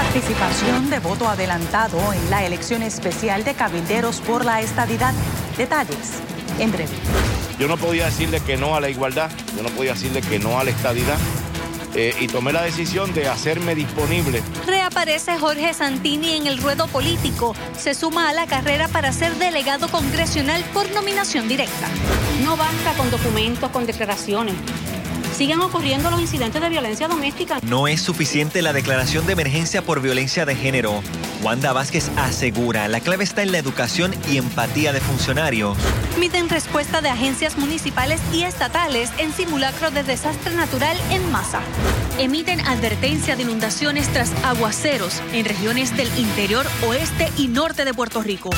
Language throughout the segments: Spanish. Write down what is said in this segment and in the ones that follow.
Participación de voto adelantado en la elección especial de cabilderos por la estadidad. Detalles en breve. Yo no podía decirle que no a la igualdad, yo no podía decirle que no a la estadidad. Y tomé la decisión de hacerme disponible. Reaparece Jorge Santini en el ruedo político. Se suma a la carrera para ser delegado congresional por nominación directa. No basta con documentos, con declaraciones. Siguen ocurriendo los incidentes de violencia doméstica. No es suficiente la declaración de emergencia por violencia de género. Wanda Vázquez asegura, la clave está en la educación y empatía de funcionarios. Miden respuesta de agencias municipales y estatales en simulacro de desastre natural en masa. Emiten advertencia de inundaciones tras aguaceros en regiones del interior, oeste y norte de Puerto Rico.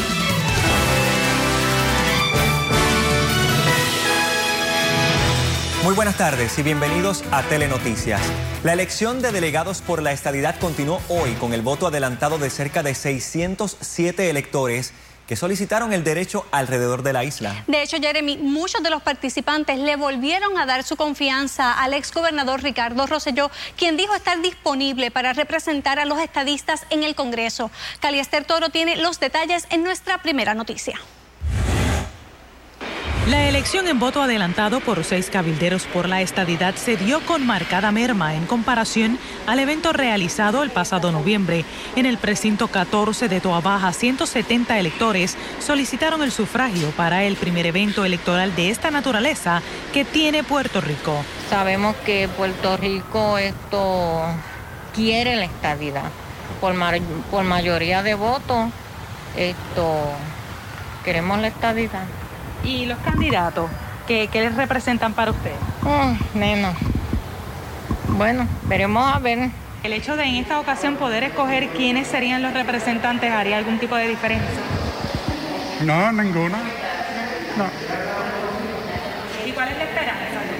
Muy buenas tardes y bienvenidos a Telenoticias. La elección de delegados por la estadidad continuó hoy con el voto adelantado de cerca de 607 electores que solicitaron el derecho alrededor de la isla. De hecho, Jeremy, muchos de los participantes le volvieron a dar su confianza al exgobernador Ricardo Rosselló, quien dijo estar disponible para representar a los estadistas en el Congreso. Caliester Toro tiene los detalles en nuestra primera noticia. La elección en voto adelantado por 6 cabilderos por la estadidad se dio con marcada merma en comparación al evento realizado el pasado noviembre. En el precinto 14 de Toabaja, 170 electores solicitaron el sufragio para el primer evento electoral de esta naturaleza que tiene Puerto Rico. Sabemos que Puerto Rico quiere la estadidad. Por mayoría de votos, queremos la estadidad. ¿Y los candidatos? ¿Qué les representan para usted? Nena. Bueno, veremos a ver. ¿El hecho de en esta ocasión poder escoger quiénes serían los representantes haría algún tipo de diferencia? No, ninguna. No. ¿Y cuál es la esperanza de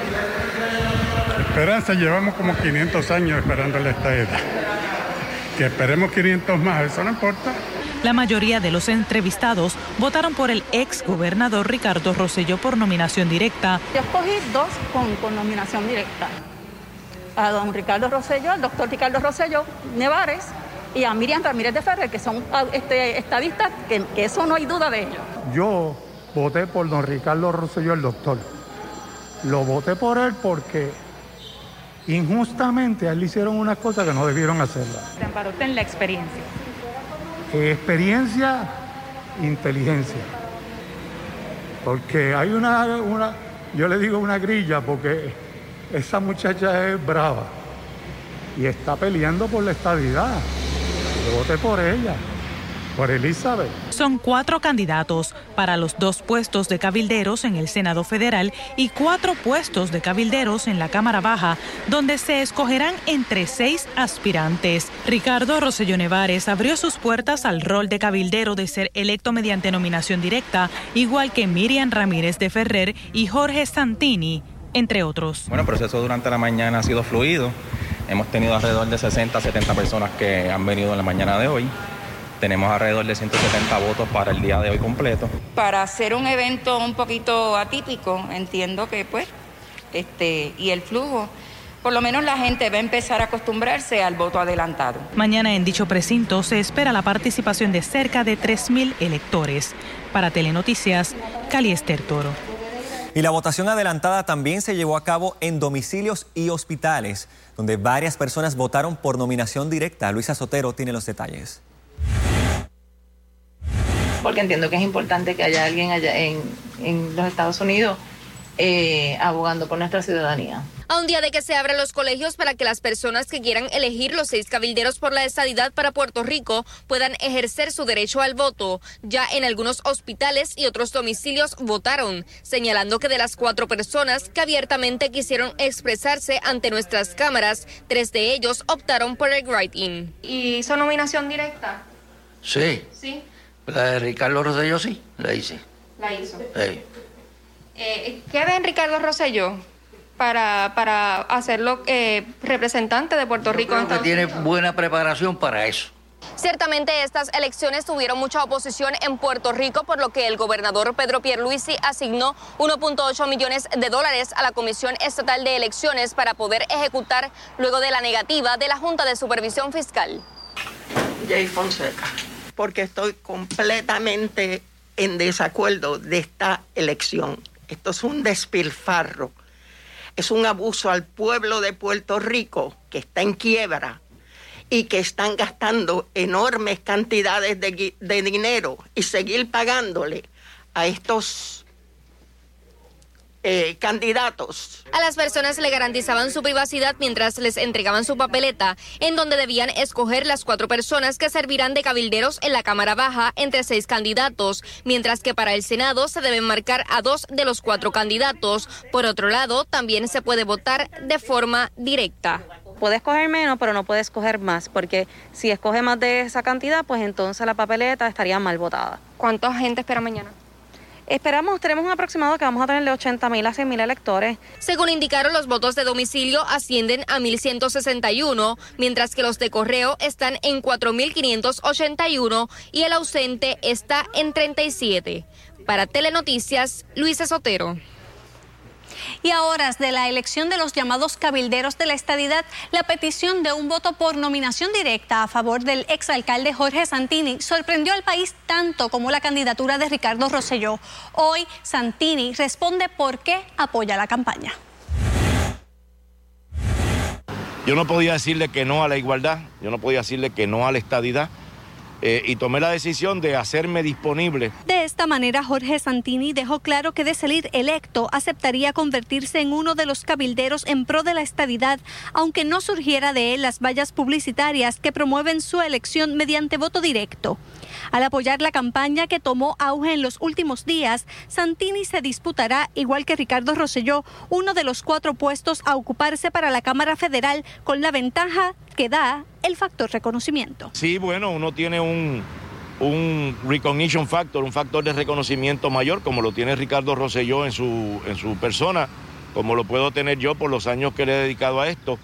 usted? Esperanza, llevamos como 500 años esperando la estadidad. Que esperemos 500 más, eso no importa. La mayoría de los entrevistados votaron por el ex gobernador Ricardo Rosselló por nominación directa. Yo escogí 2 con nominación directa. A don Ricardo Rosselló, al doctor Ricardo Rosselló Nevares y a Miriam Ramírez de Ferrer, que son estadistas, que eso no hay duda de ello. Yo voté por don Ricardo Rosselló, el doctor. Lo voté por él porque injustamente a él le hicieron unas cosas que no debieron hacerlas. Para usted en la experiencia. Experiencia, inteligencia. Porque hay yo le digo una grilla porque esa muchacha es brava y está peleando por la estadidad. Yo voté por ella, por Elizabeth. Son 4 candidatos para los 2 puestos de cabilderos en el Senado Federal y 4 puestos de cabilderos en la Cámara Baja, donde se escogerán entre 6 aspirantes. Ricardo Rosselló Nevares abrió sus puertas al rol de cabildero de ser electo mediante nominación directa, igual que Miriam Ramírez de Ferrer y Jorge Santini, entre otros. Bueno, el proceso durante la mañana ha sido fluido. Hemos tenido alrededor de 60, 70 personas que han venido en la mañana de hoy. Tenemos alrededor de 170 votos para el día de hoy completo. Para hacer un evento un poquito atípico, entiendo que y el flujo, por lo menos la gente va a empezar a acostumbrarse al voto adelantado. Mañana en dicho precinto se espera la participación de cerca de 3,000 electores. Para Telenoticias, Caliester Toro. Y la votación adelantada también se llevó a cabo en domicilios y hospitales, donde varias personas votaron por nominación directa. Luisa Sotero tiene los detalles. Porque entiendo que es importante que haya alguien allá en los Estados Unidos abogando por nuestra ciudadanía. A un día de que se abran los colegios para que las personas que quieran elegir los 6 cabilderos por la estadidad para Puerto Rico puedan ejercer su derecho al voto, ya en algunos hospitales y otros domicilios votaron, señalando que de las 4 personas que abiertamente quisieron expresarse ante nuestras cámaras, 3 de ellos optaron por el write-in. ¿Y hizo nominación directa? Sí. ¿Sí? La de Ricardo Rosselló sí, la hice. La hizo. Sí. ¿Qué ven Ricardo Rosselló para hacerlo representante de Puerto Rico? Creo que tiene buena preparación para eso. Ciertamente estas elecciones tuvieron mucha oposición en Puerto Rico, por lo que el gobernador Pedro Pierluisi asignó $1.8 millones a la Comisión Estatal de Elecciones para poder ejecutar luego de la negativa de la Junta de Supervisión Fiscal. Jay Fonseca, porque estoy completamente en desacuerdo de esta elección. Esto es un despilfarro, es un abuso al pueblo de Puerto Rico que está en quiebra y que están gastando enormes cantidades de dinero y seguir pagándole a estos candidatos. A las personas le garantizaban su privacidad mientras les entregaban su papeleta, en donde debían escoger las 4 personas que servirán de cabilderos en la Cámara Baja entre 6 candidatos, mientras que para el Senado se deben marcar a 2 de los 4 candidatos. Por otro lado, también se puede votar de forma directa. Puede escoger menos, pero no puede escoger más, porque si escoge más de esa cantidad, pues entonces la papeleta estaría mal votada. ¿Cuánta gente espera mañana? Tenemos un aproximado que vamos a tener de 80,000 a 100,000 electores. Según indicaron, los votos de domicilio ascienden a 1,161, mientras que los de correo están en 4,581 y el ausente está en 37. Para Telenoticias, Luisa Sotero. Y a horas de la elección de los llamados cabilderos de la estadidad, la petición de un voto por nominación directa a favor del exalcalde Jorge Santini sorprendió al país tanto como la candidatura de Ricardo Rosselló. Hoy, Santini responde por qué apoya la campaña. Yo no podía decirle que no a la igualdad, yo no podía decirle que no a la estadidad. Y tomé la decisión de hacerme disponible. De esta manera, Jorge Santini dejó claro que de salir electo aceptaría convertirse en uno de los cabilderos en pro de la estadidad, aunque no surgiera de él las vallas publicitarias que promueven su elección mediante voto directo. Al apoyar la campaña que tomó auge en los últimos días, Santini se disputará, igual que Ricardo Rosselló, uno de los 4 puestos a ocuparse para la Cámara Federal, con la ventaja que da el factor reconocimiento. Sí, bueno, uno tiene un recognition factor, un factor de reconocimiento mayor, como lo tiene Ricardo Rosselló en su persona, como lo puedo tener yo por los años que le he dedicado a esto.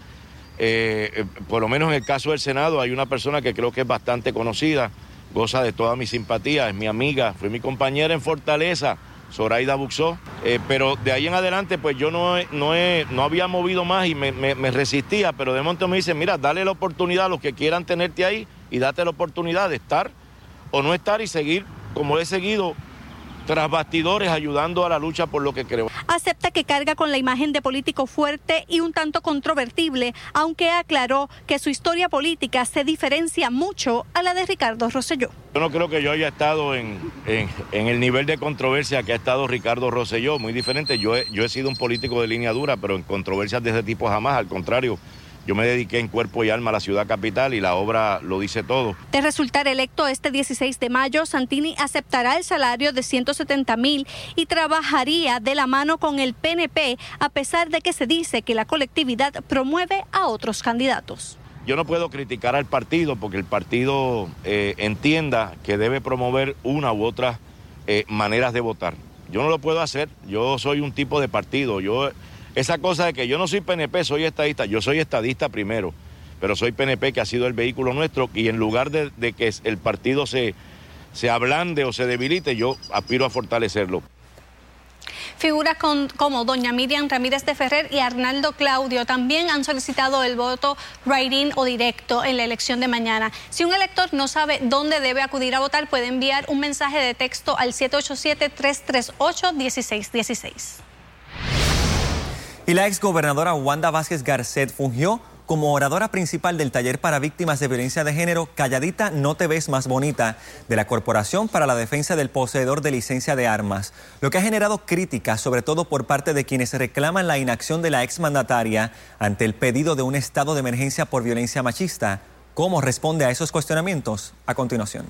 Por lo menos en el caso del Senado hay una persona que creo que es bastante conocida, goza de toda mi simpatía, es mi amiga, fue mi compañera en Fortaleza, Zoraida Buxó, pero de ahí en adelante pues yo no había movido más y me resistía, pero de momento me dicen, mira, dale la oportunidad a los que quieran tenerte ahí y date la oportunidad de estar o no estar y seguir como he seguido tras bastidores ayudando a la lucha por lo que creo. Acepta que carga con la imagen de político fuerte y un tanto controvertible, aunque aclaró que su historia política se diferencia mucho a la de Ricardo Rosselló. Yo no creo que yo haya estado en el nivel de controversia que ha estado Ricardo Rosselló, muy diferente. Yo he sido un político de línea dura, pero en controversias de ese tipo jamás, al contrario. Yo me dediqué en cuerpo y alma a la ciudad capital y la obra lo dice todo. De resultar electo este 16 de mayo, Santini aceptará el salario de $170,000 y trabajaría de la mano con el PNP, a pesar de que se dice que la colectividad promueve a otros candidatos. Yo no puedo criticar al partido porque el partido entienda que debe promover una u otra maneras de votar. Yo no lo puedo hacer, yo soy un tipo de partido, esa cosa de que yo no soy PNP, soy estadista, yo soy estadista primero, pero soy PNP que ha sido el vehículo nuestro y en lugar de que el partido se ablande o se debilite, yo aspiro a fortalecerlo. Figuras como doña Miriam Ramírez de Ferrer y Arnaldo Claudio también han solicitado el voto write-in o directo en la elección de mañana. Si un elector no sabe dónde debe acudir a votar, puede enviar un mensaje de texto al 787-338-1616. Y la exgobernadora Wanda Vázquez Garcet fungió como oradora principal del taller para víctimas de violencia de género Calladita No Te Ves Más Bonita de la Corporación para la Defensa del Poseedor de Licencia de Armas, lo que ha generado críticas, sobre todo por parte de quienes reclaman la inacción de la exmandataria ante el pedido de un estado de emergencia por violencia machista. ¿Cómo responde a esos cuestionamientos? A continuación.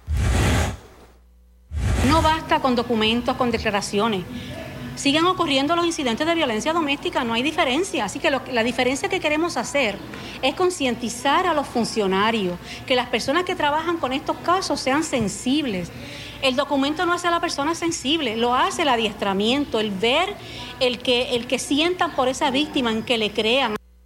No basta con documentos, con declaraciones. Siguen ocurriendo los incidentes de violencia doméstica, no hay diferencia. Así que la diferencia que queremos hacer es concientizar a los funcionarios, que las personas que trabajan con estos casos sean sensibles. El documento no hace a la persona sensible, lo hace el adiestramiento, el ver, el que sientan por esa víctima, en que le crean.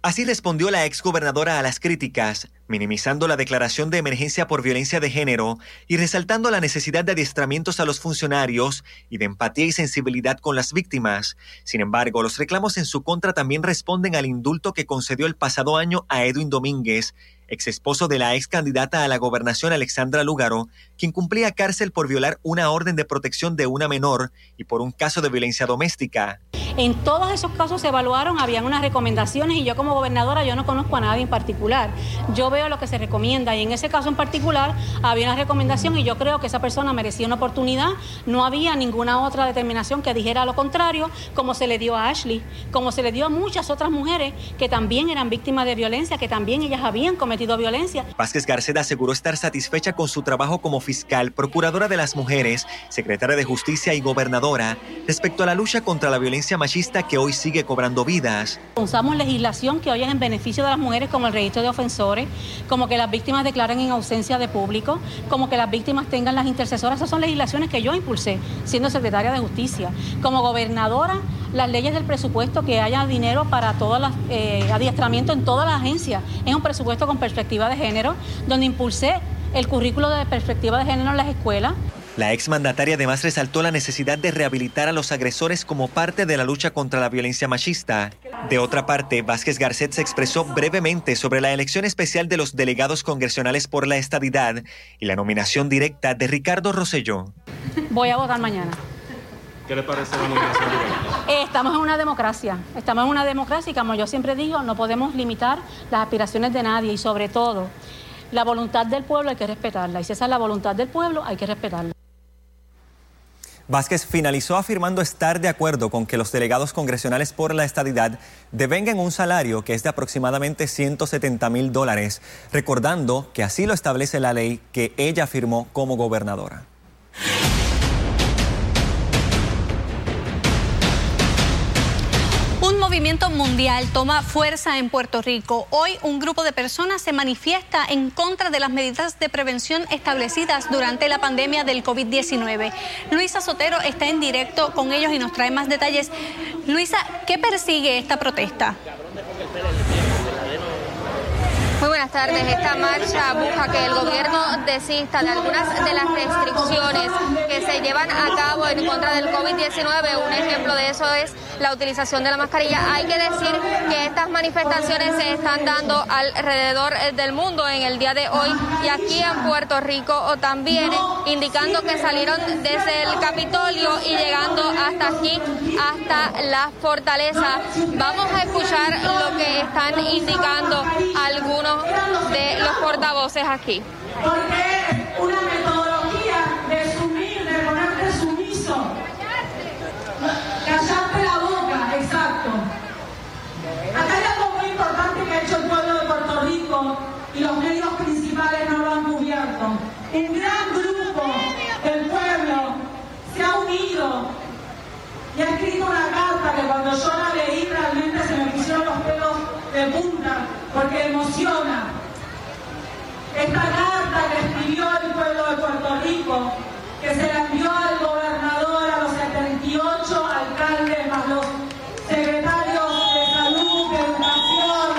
Así respondió la exgobernadora a las críticas, minimizando la declaración de emergencia por violencia de género y resaltando la necesidad de adiestramientos a los funcionarios y de empatía y sensibilidad con las víctimas. Sin embargo, los reclamos en su contra también responden al indulto que concedió el pasado año a Edwin Domínguez, ex esposo de la ex candidata a la gobernación Alexandra Lúgaro, quien cumplía cárcel por violar una orden de protección de una menor y por un caso de violencia doméstica. En todos esos casos se evaluaron, habían unas recomendaciones y yo como gobernadora yo no conozco a nadie en particular. Yo veo lo que se recomienda y en ese caso en particular había una recomendación y yo creo que esa persona merecía una oportunidad. No había ninguna otra determinación que dijera lo contrario, como se le dio a Ashley, como se le dio a muchas otras mujeres que también eran víctimas de violencia, que también ellas habían cometido violencia. Vázquez Garcet aseguró estar satisfecha con su trabajo como fiscal, procuradora de las mujeres, secretaria de Justicia y gobernadora respecto a la lucha contra la violencia machista que hoy sigue cobrando vidas. Usamos legislación que hoy es en beneficio de las mujeres, como el registro de ofensores, como que las víctimas declaren en ausencia de público, como que las víctimas tengan las intercesoras. Esas son legislaciones que yo impulsé siendo secretaria de Justicia. Como gobernadora, las leyes del presupuesto, que haya dinero para todos los adiestramientos en todas las agencias. Es un presupuesto con perspectiva de género, donde impulsé el currículo de perspectiva de género en las escuelas. La exmandataria además resaltó la necesidad de rehabilitar a los agresores como parte de la lucha contra la violencia machista. De otra parte, Vázquez Garcet se expresó brevemente sobre la elección especial de los delegados congresionales por la estadidad y la nominación directa de Ricardo Rosselló. Voy a votar mañana. ¿Qué le parece la nominación directa? Estamos en una democracia y como yo siempre digo, no podemos limitar las aspiraciones de nadie y sobre todo la voluntad del pueblo hay que respetarla y si esa es la voluntad del pueblo hay que respetarla. Vázquez finalizó afirmando estar de acuerdo con que los delegados congresionales por la estadidad devengan un salario que es de aproximadamente $170,000, recordando que así lo establece la ley que ella firmó como gobernadora. Un movimiento mundial toma fuerza en Puerto Rico. Hoy un grupo de personas se manifiesta en contra de las medidas de prevención establecidas durante la pandemia del COVID-19. Luisa Sotero está en directo con ellos y nos trae más detalles. Luisa, ¿qué persigue esta protesta? Muy buenas tardes. Esta marcha busca que el gobierno desista de algunas de las restricciones que se llevan a cabo en contra del COVID-19. Un ejemplo de eso es la utilización de la mascarilla. Hay que decir que estas manifestaciones se están dando alrededor del mundo en el día de hoy y aquí en Puerto Rico también, indicando que salieron desde el Capitolio y llegando hasta aquí, hasta la fortaleza. Vamos a escuchar lo que están indicando algunos de los portavoces aquí. Porque es una metodología de sumir, de ponerte sumiso. Callarte la boca, exacto. Acá hay algo muy importante que ha hecho el pueblo de Puerto Rico y los medios principales no lo han cubierto. Un gran grupo del pueblo se ha unido y ha escrito una carta que cuando yo la leí realmente se me pusieron los pelos de punta porque emociona. Esta carta que escribió el pueblo de Puerto Rico, que se la envió al gobernador, a los 78 alcaldes, más los secretarios de salud, de educación,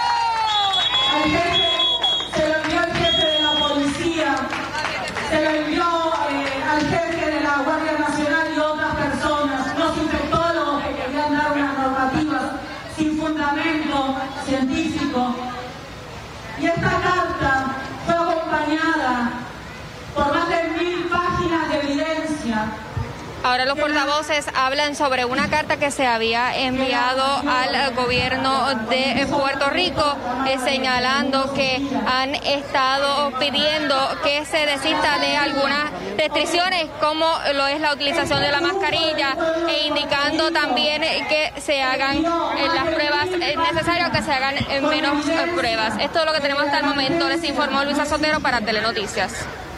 al jefe, se lo envió al jefe de la policía, se lo envió al jefe de la Guardia Nacional y otras personas, unos infectólogos que querían dar unas normativas sin fundamento científico. Y esta carta fue acompañada por más de 1000 páginas de evidencia. Ahora los portavoces hablan sobre una carta que se había enviado al gobierno de Puerto Rico, señalando que han estado pidiendo que se desista de algunas restricciones, como lo es la utilización de la mascarilla, e indicando también que se hagan las pruebas necesarias, que se hagan menos pruebas. Esto es lo que tenemos hasta el momento. Les informó Luisa Sotero para Telenoticias.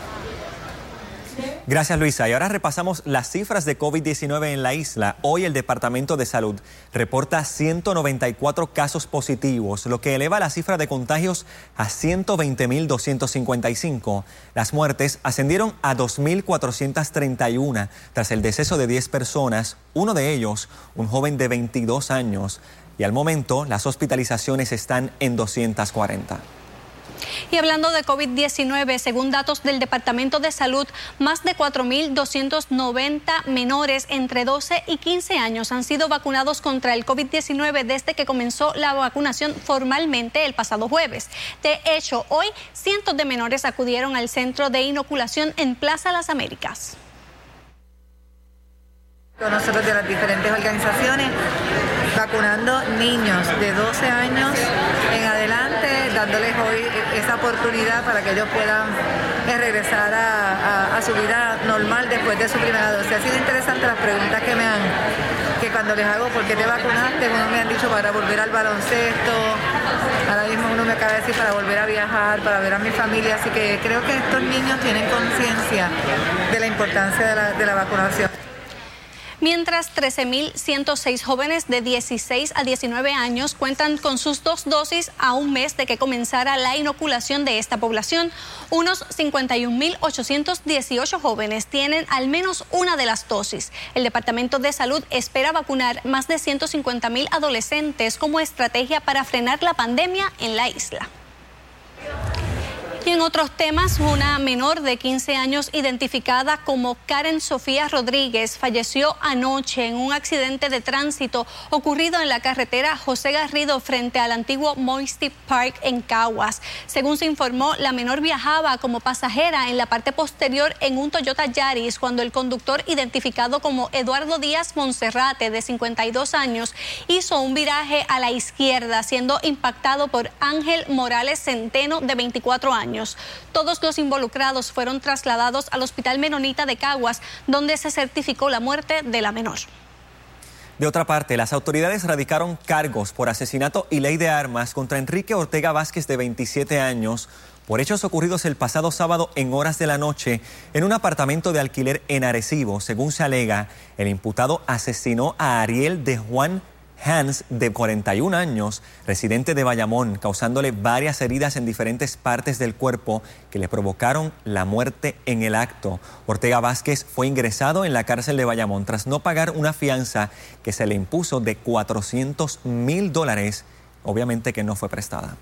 Gracias, Luisa. Y ahora repasamos las cifras de COVID-19 en la isla. Hoy el Departamento de Salud reporta 194 casos positivos, lo que eleva la cifra de contagios a 120,255. Las muertes ascendieron a 2,431 tras el deceso de 10 personas, uno de ellos un joven de 22 años. y al momento las hospitalizaciones están en 240. Y hablando de COVID-19, según datos del Departamento de Salud, más de 4.290 menores entre 12 y 15 años han sido vacunados contra el COVID-19 desde que comenzó la vacunación formalmente el pasado jueves. De hecho, hoy cientos de menores acudieron al centro de inoculación en Plaza Las Américas. Nosotros de las diferentes organizaciones vacunando niños de 12 años en adelante, dándoles hoy esa oportunidad para que ellos puedan regresar a su vida normal después de su primera dosis. Ha sido interesante las preguntas que cuando les hago ¿por qué te vacunaste? Uno me han dicho para volver al baloncesto, ahora mismo uno me acaba de decir para volver a viajar, para ver a mi familia, así que creo que estos niños tienen conciencia de la importancia de la vacunación. Mientras 13.106 jóvenes de 16 a 19 años cuentan con sus 2 dosis a un mes de que comenzara la inoculación de esta población, unos 51.818 jóvenes tienen al menos una de las dosis. El Departamento de Salud espera vacunar más de 150.000 adolescentes como estrategia para frenar la pandemia en la isla. Y en otros temas, una menor de 15 años identificada como Karen Sofía Rodríguez falleció anoche en un accidente de tránsito ocurrido en la carretera José Garrido frente al antiguo Moisty Park en Caguas. Según se informó, la menor viajaba como pasajera en la parte posterior en un Toyota Yaris cuando el conductor, identificado como Eduardo Díaz Monserrate, de 52 años, hizo un viraje a la izquierda, siendo impactado por Ángel Morales Centeno, de 24 años. Todos los involucrados fueron trasladados al Hospital Menonita de Caguas, donde se certificó la muerte de la menor. De otra parte, las autoridades radicaron cargos por asesinato y ley de armas contra Enrique Ortega Vázquez, de 27 años, por hechos ocurridos el pasado sábado en horas de la noche en un apartamento de alquiler en Arecibo. Según se alega, el imputado asesinó a Ariel de Juan Hans, de 41 años, residente de Bayamón, causándole varias heridas en diferentes partes del cuerpo que le provocaron la muerte en el acto. Ortega Vázquez fue ingresado en la cárcel de Bayamón tras no pagar una fianza que se le impuso de $400,000, obviamente que no fue prestada.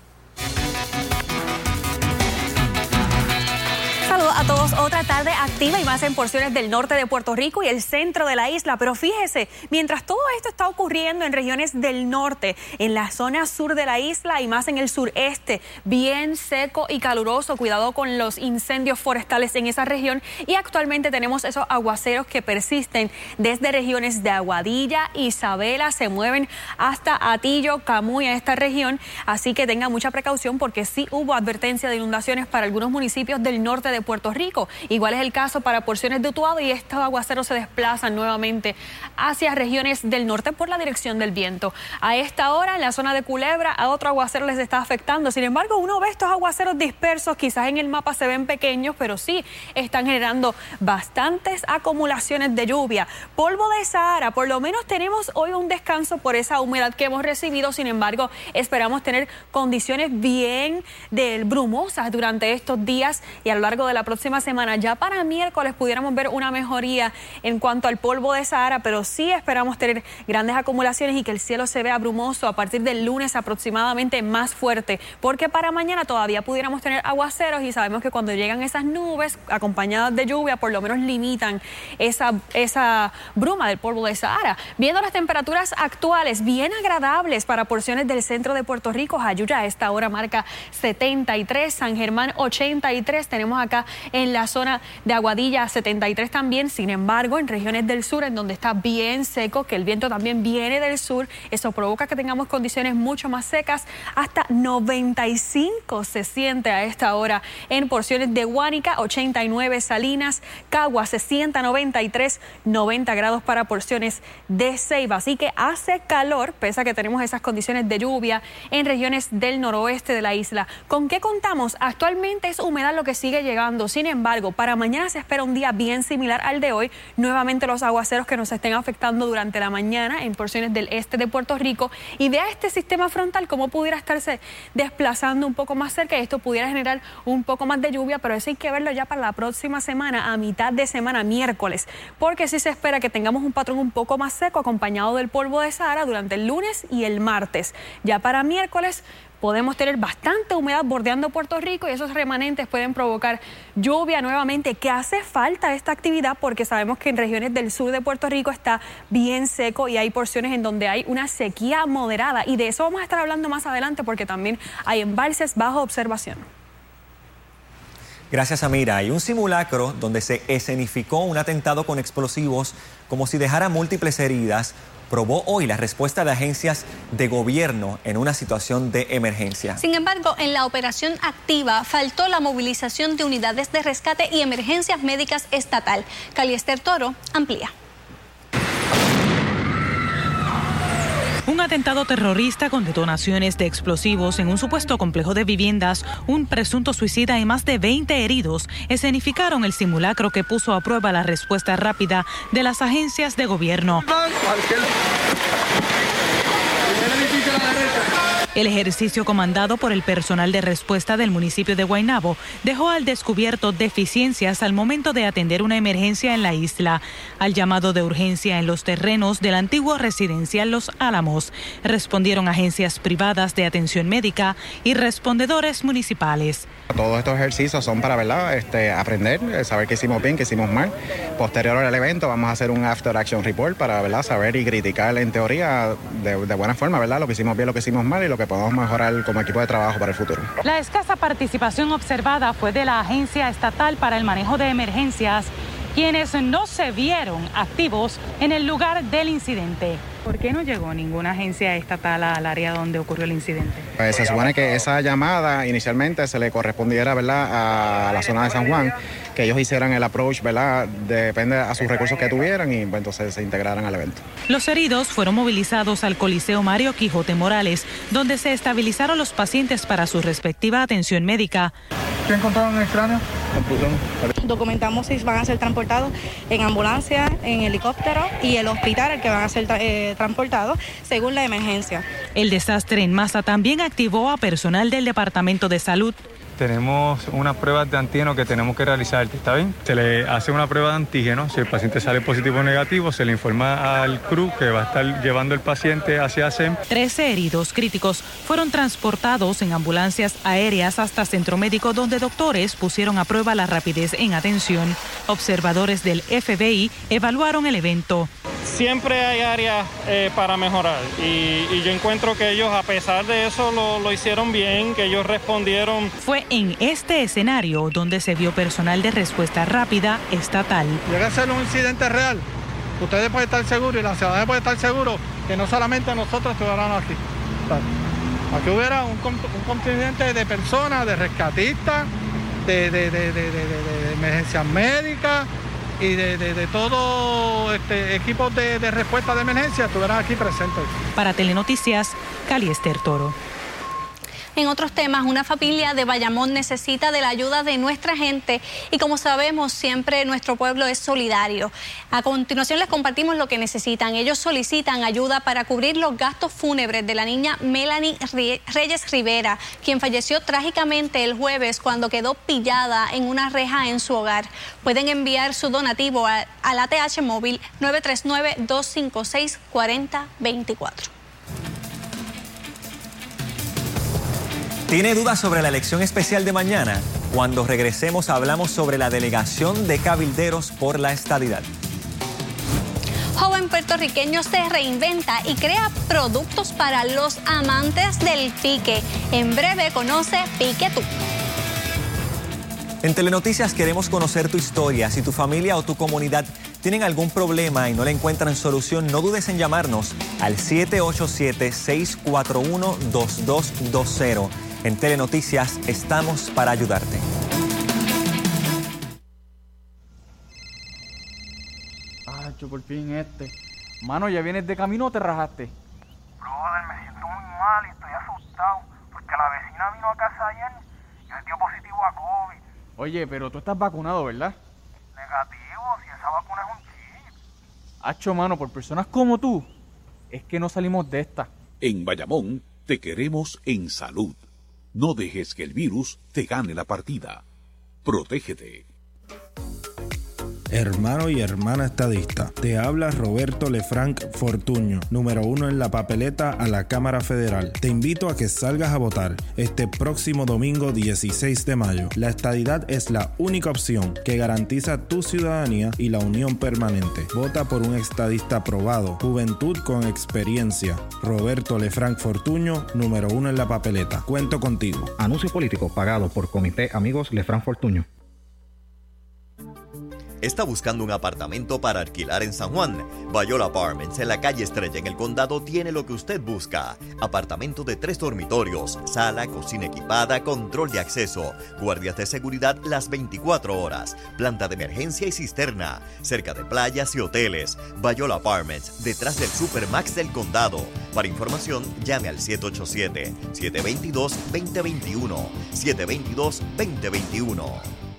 A todos, otra tarde activa y más en porciones del norte de Puerto Rico y el centro de la isla. Pero fíjese, mientras todo esto está ocurriendo en regiones del norte, en la zona sur de la isla y más en el sureste, bien seco y caluroso, cuidado con los incendios forestales en esa región, y actualmente tenemos esos aguaceros que persisten desde regiones de Aguadilla, Isabela, se mueven hasta Atillo, Camuy, en esta región, así que tenga mucha precaución porque sí hubo advertencia de inundaciones para algunos municipios del norte de Puerto Rico. Igual es el caso para porciones de Utuado, y estos aguaceros se desplazan nuevamente hacia regiones del norte por la dirección del viento. A esta hora, en la zona de Culebra, a otro aguacero les está afectando. Sin embargo, uno ve estos aguaceros dispersos, quizás en el mapa se ven pequeños, pero sí están generando bastantes acumulaciones de lluvia. Polvo de Sahara, por lo menos tenemos hoy un descanso por esa humedad que hemos recibido. Sin embargo, esperamos tener condiciones bien brumosas durante estos días y a lo largo de la próxima semana. Ya para miércoles pudiéramos ver una mejoría en cuanto al polvo de Sahara, pero sí esperamos tener grandes acumulaciones y que el cielo se vea brumoso a partir del lunes aproximadamente, más fuerte, porque para mañana todavía pudiéramos tener aguaceros y sabemos que cuando llegan esas nubes acompañadas de lluvia, por lo menos limitan esa bruma del polvo de Sahara. Viendo las temperaturas actuales, bien agradables para porciones del centro de Puerto Rico. Jayuya a esta hora marca 73, San Germán 83, tenemos acá en la zona de Aguadilla 73 también. Sin embargo, en regiones del sur, en donde está bien seco, que el viento también viene del sur, eso provoca que tengamos condiciones mucho más secas. Hasta 95 se siente a esta hora en porciones de Guánica, 89 Salinas, Caguas se sienta 93, 90 grados para porciones de Ceiba. Así que hace calor, pese a que tenemos esas condiciones de lluvia en regiones del noroeste de la isla. ¿Con qué contamos? Actualmente es humedad lo que sigue llegando. Sin embargo, embargo, para mañana se espera un día bien similar al de hoy. Nuevamente los aguaceros que nos estén afectando durante la mañana en porciones del este de Puerto Rico. Y vea este sistema frontal cómo pudiera estarse desplazando un poco más cerca y esto pudiera generar un poco más de lluvia, pero eso hay que verlo ya para la próxima semana, a mitad de semana, miércoles, porque sí se espera que tengamos un patrón un poco más seco acompañado del polvo de Sahara durante el lunes y el martes. Ya para miércoles podemos tener bastante humedad bordeando Puerto Rico y esos remanentes pueden provocar lluvia nuevamente, que hace falta esta actividad porque sabemos que en regiones del sur de Puerto Rico está bien seco y hay porciones en donde hay una sequía moderada, y de eso vamos a estar hablando más adelante porque también hay embalses bajo observación. Gracias, Amira. Hay un simulacro donde se escenificó un atentado con explosivos como si dejara múltiples heridas. Probó hoy la respuesta de agencias de gobierno en una situación de emergencia. Sin embargo, en la operación activa faltó la movilización de unidades de rescate y emergencias médicas estatal. Caliester Toro amplía. Un atentado terrorista con detonaciones de explosivos en un supuesto complejo de viviendas, un presunto suicida y más de 20 heridos escenificaron el simulacro que puso a prueba la respuesta rápida de las agencias de gobierno. El ejercicio comandado por el personal de respuesta del municipio de Guaynabo dejó al descubierto deficiencias al momento de atender una emergencia en la isla. Al llamado de urgencia en los terrenos del antiguo residencial Los Álamos, respondieron agencias privadas de atención médica y respondedores municipales. Todos estos ejercicios son para, ¿verdad?, aprender, saber qué hicimos bien, qué hicimos mal. Posterior al evento vamos a hacer un after action report para, ¿verdad?, saber y criticar en teoría de buena forma, ¿verdad?, lo que hicimos bien, lo que hicimos mal y lo que podemos mejorar como equipo de trabajo para el futuro. La escasa participación observada fue de la Agencia Estatal para el Manejo de Emergencias, quienes no se vieron activos en el lugar del incidente. ¿Por qué no llegó ninguna agencia estatal al área donde ocurrió el incidente? Pues se supone que esa llamada inicialmente se le correspondiera, ¿verdad?, a la zona de San Juan, que ellos hicieran el approach, ¿verdad?, depende a sus recursos que tuvieran y pues, entonces se integraran al evento. Los heridos fueron movilizados al Coliseo Mario Quijote Morales, donde se estabilizaron los pacientes para su respectiva atención médica. ¿Qué encontraron en el cráneo? Documentamos si van a ser transportados en ambulancia, en helicóptero y el hospital al que van a ser transportados según la emergencia. El desastre en masa también activó a personal del Departamento de Salud. Tenemos unas pruebas de antígeno que tenemos que realizar, ¿está bien? Se le hace una prueba de antígeno, si el paciente sale positivo o negativo, se le informa al CRU que va a estar llevando el paciente hacia SEM. 13 heridos críticos fueron transportados en ambulancias aéreas hasta Centro Médico, donde doctores pusieron a prueba la rapidez en atención. Observadores del FBI evaluaron el evento. Siempre hay áreas para mejorar y yo encuentro que ellos, a pesar de eso, lo hicieron bien, que ellos respondieron. Fue en este escenario donde se vio personal de respuesta rápida estatal. Llega a ser un incidente real. Ustedes pueden estar seguros y la ciudadanía puede estar seguro que no solamente nosotros estuvieran aquí. Aquí hubiera un contingente de personas, de rescatistas, de emergencias médicas y de todo equipos de respuesta de emergencia estuvieran aquí presentes. Para Telenoticias, Caliester Toro. En otros temas, una familia de Bayamón necesita de la ayuda de nuestra gente y como sabemos, siempre nuestro pueblo es solidario. A continuación les compartimos lo que necesitan. Ellos solicitan ayuda para cubrir los gastos fúnebres de la niña Melanie Reyes Rivera, quien falleció trágicamente el jueves cuando quedó pillada en una reja en su hogar. Pueden enviar su donativo al ATH móvil 939-256-4024. ¿Tiene dudas sobre la elección especial de mañana? Cuando regresemos hablamos sobre la delegación de cabilderos por la estadidad. Joven puertorriqueño se reinventa y crea productos para los amantes del pique. En breve conoce Pique Tú. En Telenoticias queremos conocer tu historia. Si tu familia o tu comunidad tienen algún problema y no le encuentran solución, no dudes en llamarnos al 787-641-2220. En Telenoticias estamos para ayudarte. Por fin Mano, ¿ya vienes de camino o te rajaste? Brother, me siento muy mal y estoy asustado porque la vecina vino a casa ayer y me dio positivo a COVID. Oye, pero tú estás vacunado, ¿verdad? Negativo, si esa vacuna es un chip. Hacho, mano, por personas como tú, es que no salimos de esta. En Bayamón, te queremos en salud. No dejes que el virus te gane la partida. Protégete. Hermano y hermana estadista, te habla Roberto Lefranc Fortuño, número 1 en la papeleta a la Cámara Federal. Te invito a que salgas a votar este próximo domingo 16 de mayo. La estadidad es la única opción que garantiza tu ciudadanía y la unión permanente. Vota por un estadista probado, juventud con experiencia. Roberto Lefranc Fortuño, número 1 en la papeleta. Cuento contigo. Anuncio político pagado por Comité Amigos Lefranc Fortuño. ¿Está buscando un apartamento para alquilar en San Juan? Bayola Apartments en la calle Estrella en el condado tiene lo que usted busca. Apartamento de 3 dormitorios, sala, cocina equipada, control de acceso, guardias de seguridad las 24 horas, planta de emergencia y cisterna, cerca de playas y hoteles. Bayola Apartments, detrás del Supermax del condado. Para información, llame al 787-722-2021. 722-2021.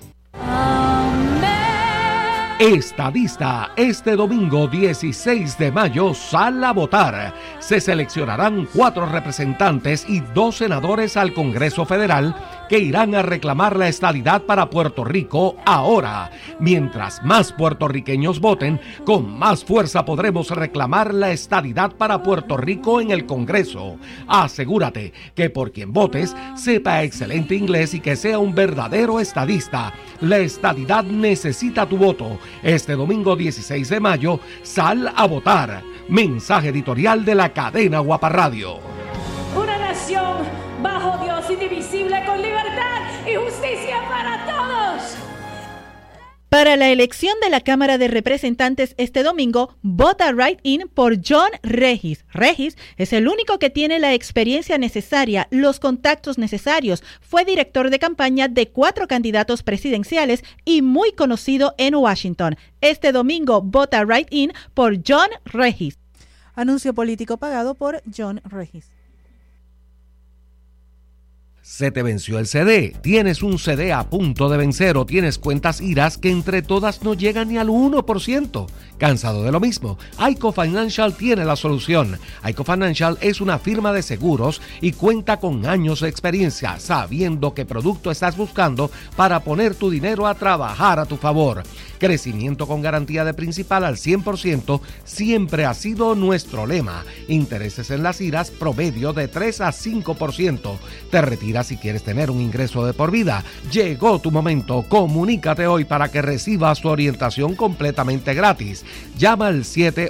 Estadista, este domingo 16 de mayo, sal a votar. Se seleccionarán 4 representantes y 2 senadores al Congreso Federal que irán a reclamar la estadidad para Puerto Rico ahora. Mientras más puertorriqueños voten, con más fuerza podremos reclamar la estadidad para Puerto Rico en el Congreso. Asegúrate que por quien votes sepa excelente inglés y que sea un verdadero estadista. La estadidad necesita tu voto. Este domingo 16 de mayo, sal a votar. Mensaje editorial de la cadena Guapa Radio. Una nación bajo Dios, indivisible, con libertad y justicia para todos. Para la elección de la Cámara de Representantes este domingo, vota write-in por John Regis. Regis es el único que tiene la experiencia necesaria, los contactos necesarios. Fue director de campaña de 4 candidatos presidenciales y muy conocido en Washington. Este domingo, vota write-in por John Regis. Anuncio político pagado por John Regis. Se te venció el CD, tienes un CD a punto de vencer o tienes cuentas IRAs que entre todas no llegan ni al 1%. ¿Cansado de lo mismo? Aico Financial tiene la solución. Aico Financial es una firma de seguros y cuenta con años de experiencia, sabiendo qué producto estás buscando para poner tu dinero a trabajar a tu favor. Crecimiento con garantía de principal al 100% siempre ha sido nuestro lema. Intereses en las IRAs promedio de 3 a 5%. Te retiras si quieres tener un ingreso de por vida. Llegó tu momento. Comunícate hoy para que recibas tu orientación completamente gratis. Llama al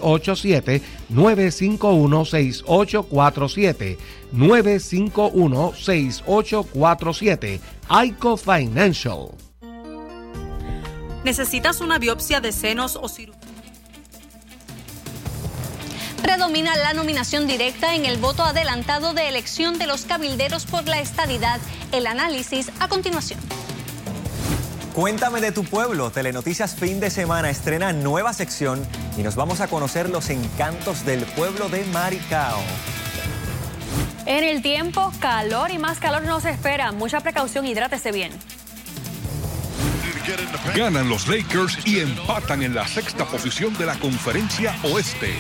787-951-6847. 951-6847. Aico Financial. ¿Necesitas una biopsia de senos o cirugía? Predomina la nominación directa en el voto adelantado de elección de los cabilderos por la estadidad. El análisis a continuación. Cuéntame de tu pueblo. Telenoticias Fin de Semana estrena nueva sección y nos vamos a conocer los encantos del pueblo de Maricao. En el tiempo, calor y más calor nos espera. Mucha precaución, hidrátese bien. Ganan los Lakers y empatan en la 6ª posición de la Conferencia Oeste.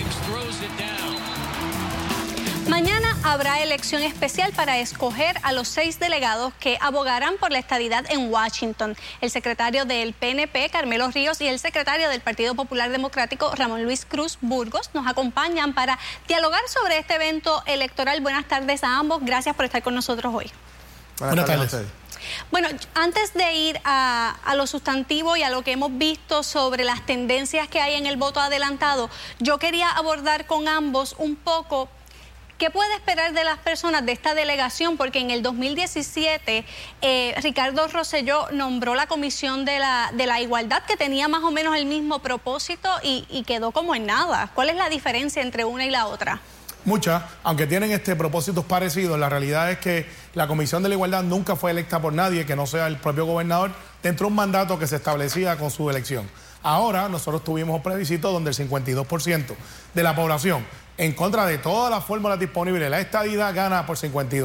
Mañana habrá elección especial para escoger a los 6 delegados que abogarán por la estadidad en Washington. El secretario del PNP, Carmelo Ríos, y el secretario del Partido Popular Democrático, Ramón Luis Cruz Burgos, nos acompañan para dialogar sobre este evento electoral. Buenas tardes a ambos. Gracias por estar con nosotros hoy. Buenas tardes. Bueno, antes de ir a lo sustantivo y a lo que hemos visto sobre las tendencias que hay en el voto adelantado, yo quería abordar con ambos un poco qué puede esperar de las personas de esta delegación, porque en el 2017 Ricardo Rosselló nombró la Comisión de la Igualdad, que tenía más o menos el mismo propósito y quedó como en nada. ¿Cuál es la diferencia entre una y la otra? Muchas, aunque tienen propósitos parecidos, la realidad es que la Comisión de la Igualdad nunca fue electa por nadie que no sea el propio gobernador dentro de un mandato que se establecía con su elección. Ahora nosotros tuvimos un plebiscito donde el 52% de la población, en contra de todas las fórmulas disponibles, la estadidad gana por 52.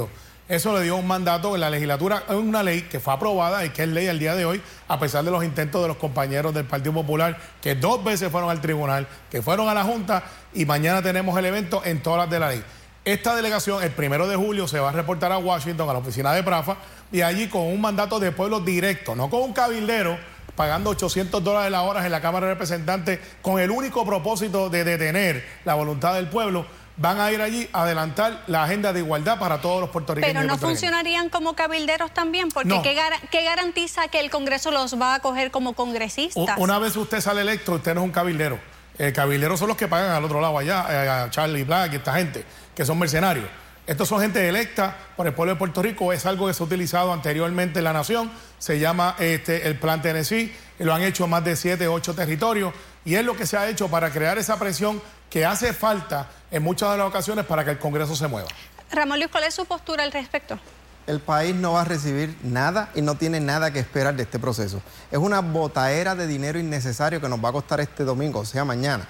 Eso le dio un mandato en la legislatura, una ley que fue aprobada y que es ley al día de hoy, a pesar de los intentos de los compañeros del Partido Popular, que 2 veces fueron al tribunal, que fueron a la Junta, y mañana tenemos el evento en todas las de la ley. Esta delegación, el 1 de julio, se va a reportar a Washington, a la oficina de Prafa, y allí con un mandato de pueblo directo, no con un cabildero pagando $800 la hora en la Cámara de Representantes, con el único propósito de detener la voluntad del pueblo. Van a ir allí a adelantar la agenda de igualdad para todos los puertorriqueños. Pero no funcionarían como cabilderos también, porque no. ¿Qué garantiza que el Congreso los va a acoger como congresistas? Una vez usted sale electo, usted no es un cabildero. El cabildero son los que pagan al otro lado allá, a Charlie Black y esta gente, que son mercenarios. Estos son gente electa por el pueblo de Puerto Rico, es algo que se ha utilizado anteriormente en la nación, se llama el Plan Tennessee, y lo han hecho en más de 7 u 8 territorios, y es lo que se ha hecho para crear esa presión que hace falta en muchas de las ocasiones para que el Congreso se mueva. Ramón Luis, ¿cuál es su postura al respecto? El país no va a recibir nada y no tiene nada que esperar de este proceso. Es una botadera de dinero innecesario que nos va a costar este domingo, o sea, mañana.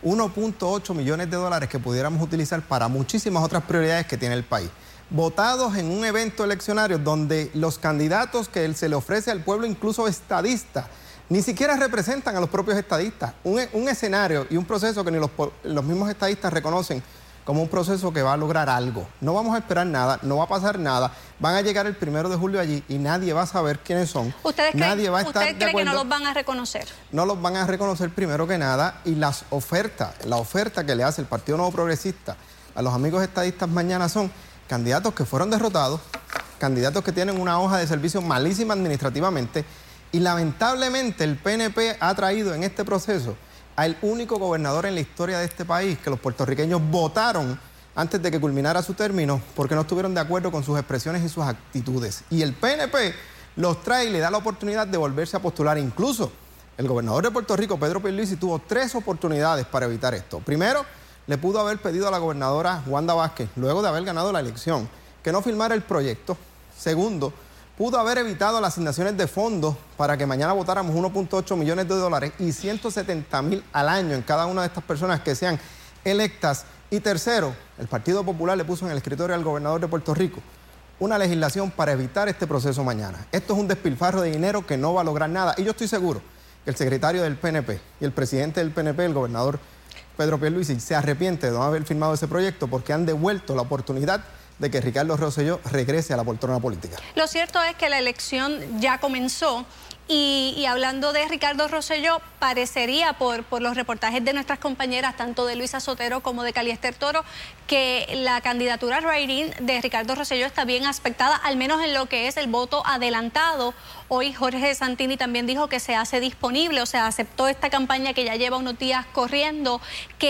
1.8 millones de dólares que pudiéramos utilizar para muchísimas otras prioridades que tiene el país. Votados en un evento eleccionario donde los candidatos que se le ofrece al pueblo, incluso estadistas, ni siquiera representan a los propios estadistas. Un escenario y un proceso que ni los mismos estadistas reconocen como un proceso que va a lograr algo. No vamos a esperar nada, no va a pasar nada. Van a llegar el 1 de julio allí y nadie va a saber quiénes son. ¿Usted cree que no los van a reconocer? No los van a reconocer primero que nada, y la oferta que le hace el Partido Nuevo Progresista a los amigos estadistas mañana son candidatos que fueron derrotados, candidatos que tienen una hoja de servicio malísima administrativamente, y lamentablemente el PNP ha traído en este proceso al único gobernador en la historia de este país que los puertorriqueños votaron antes de que culminara su término porque no estuvieron de acuerdo con sus expresiones y sus actitudes. Y el PNP los trae y le da la oportunidad de volverse a postular. Incluso el gobernador de Puerto Rico, Pedro Pierluisi, tuvo 3 oportunidades para evitar esto. Primero, le pudo haber pedido a la gobernadora Wanda Vázquez, luego de haber ganado la elección, que no firmara el proyecto. Segundo, pudo haber evitado las asignaciones de fondos para que mañana votáramos 1.8 millones de dólares y 170,000 al año en cada una de estas personas que sean electas. Y tercero, el Partido Popular le puso en el escritorio al gobernador de Puerto Rico una legislación para evitar este proceso mañana. Esto es un despilfarro de dinero que no va a lograr nada. Y yo estoy seguro que el secretario del PNP y el presidente del PNP, el gobernador Pedro Pierluisi, se arrepiente de no haber firmado ese proyecto porque han devuelto la oportunidad de que Ricardo Rosselló regrese a la poltrona política. Lo cierto es que la elección ya comenzó y hablando de Ricardo Rosselló, parecería por los reportajes de nuestras compañeras, tanto de Luisa Sotero como de Caliester Toro, que la candidatura write-in de Ricardo Rosselló está bien aspectada, al menos en lo que es el voto adelantado. Hoy Jorge Santini también dijo que se hace disponible, o sea, aceptó esta campaña que ya lleva unos días corriendo,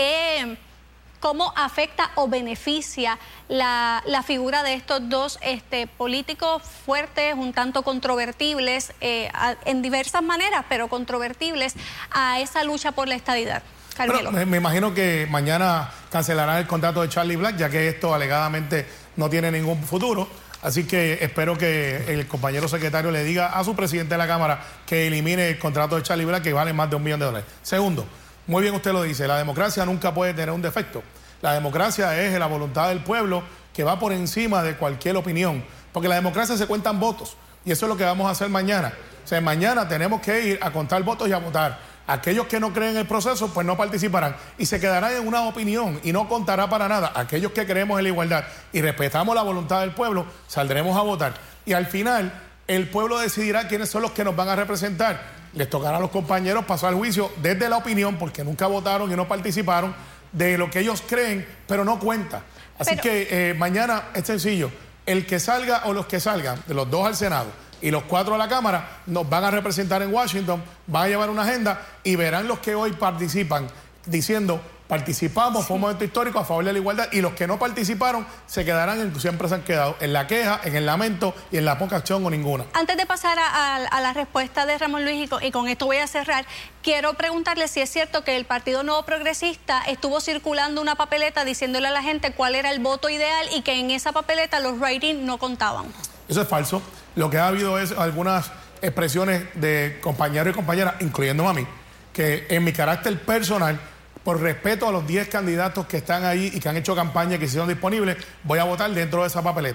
que ¿cómo afecta o beneficia la figura de estos dos políticos fuertes, un tanto controvertibles, en diversas maneras, pero controvertibles, a esa lucha por la estadidad? Bueno, me imagino que mañana cancelarán el contrato de Charlie Black, ya que esto alegadamente no tiene ningún futuro. Así que espero que el compañero secretario le diga a su presidente de la Cámara que elimine el contrato de Charlie Black, que vale más de $1 millón. Segundo, muy bien usted lo dice, la democracia nunca puede tener un defecto. La democracia es la voluntad del pueblo que va por encima de cualquier opinión, porque la democracia se cuentan votos y eso es lo que vamos a hacer mañana. O sea, mañana tenemos que ir a contar votos y a votar. Aquellos que no creen en el proceso, pues no participarán y se quedarán en una opinión y no contará para nada. Aquellos que creemos en la igualdad y respetamos la voluntad del pueblo, saldremos a votar. Y al final, el pueblo decidirá quiénes son los que nos van a representar. Les tocará a los compañeros pasar el juicio desde la opinión, porque nunca votaron y no participaron, de lo que ellos creen, pero no cuenta. Así que mañana es sencillo. El que salga o los que salgan, de los 2 al Senado y los 4 a la Cámara, nos van a representar en Washington, van a llevar una agenda y verán los que hoy participan diciendo: participamos, fue un momento histórico a favor de la igualdad, y los que no participaron se quedarán en siempre se han quedado, en la queja, en el lamento y en la poca acción o ninguna. Antes de pasar a la respuesta de Ramón Luis, y con esto voy a cerrar, quiero preguntarle si es cierto que el Partido Nuevo Progresista estuvo circulando una papeleta diciéndole a la gente cuál era el voto ideal y que en esa papeleta los write-in no contaban. Eso es falso. Lo que ha habido es algunas expresiones de compañeros y compañeras, incluyéndome a mí, que en mi carácter personal, por respeto a los 10 candidatos que están ahí y que han hecho campaña y que se hicieron disponibles, voy a votar dentro de esa papeleta.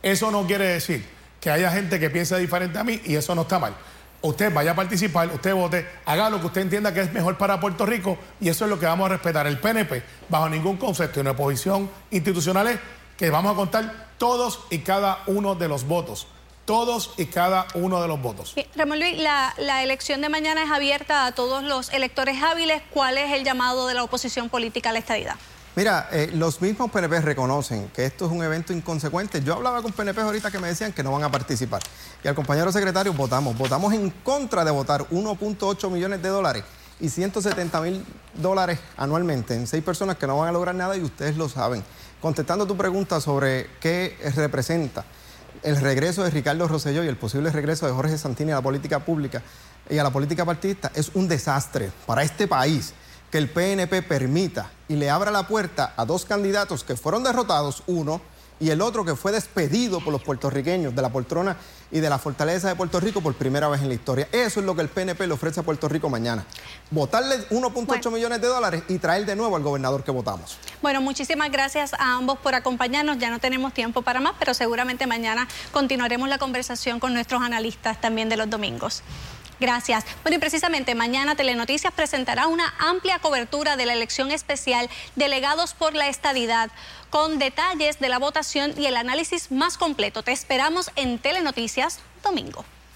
Eso no quiere decir que haya gente que piense diferente a mí y eso no está mal. Usted vaya a participar, usted vote, haga lo que usted entienda que es mejor para Puerto Rico y eso es lo que vamos a respetar. El PNP, bajo ningún concepto y una posición institucional, es que vamos a contar todos y cada uno de los votos. Todos y cada uno de los votos. Ramón Luis, la elección de mañana es abierta a todos los electores hábiles. ¿Cuál es el llamado de la oposición política a la estadidad? Mira, los mismos PNP reconocen que esto es un evento inconsecuente. Yo hablaba con PNP ahorita que me decían que no van a participar. Y al compañero secretario votamos en contra de votar 1.8 millones de dólares y $170,000 anualmente en 6 personas que no van a lograr nada y ustedes lo saben. Contestando tu pregunta sobre qué representa el regreso de Ricardo Rosselló y el posible regreso de Jorge Santini a la política pública y a la política partidista, es un desastre para este país que el PNP permita y le abra la puerta a 2 candidatos que fueron derrotados, uno, y el otro que fue despedido por los puertorriqueños de la poltrona y de la fortaleza de Puerto Rico por primera vez en la historia. Eso es lo que el PNP le ofrece a Puerto Rico mañana. Votarle 1.8 millones de dólares y traer de nuevo al gobernador que votamos. Bueno, muchísimas gracias a ambos por acompañarnos. Ya no tenemos tiempo para más, pero seguramente mañana continuaremos la conversación con nuestros analistas también de los domingos. Gracias. Bueno, y precisamente mañana Telenoticias presentará una amplia cobertura de la elección especial Delegados por la Estadidad, con detalles de la votación y el análisis más completo. Te esperamos en Telenoticias domingo.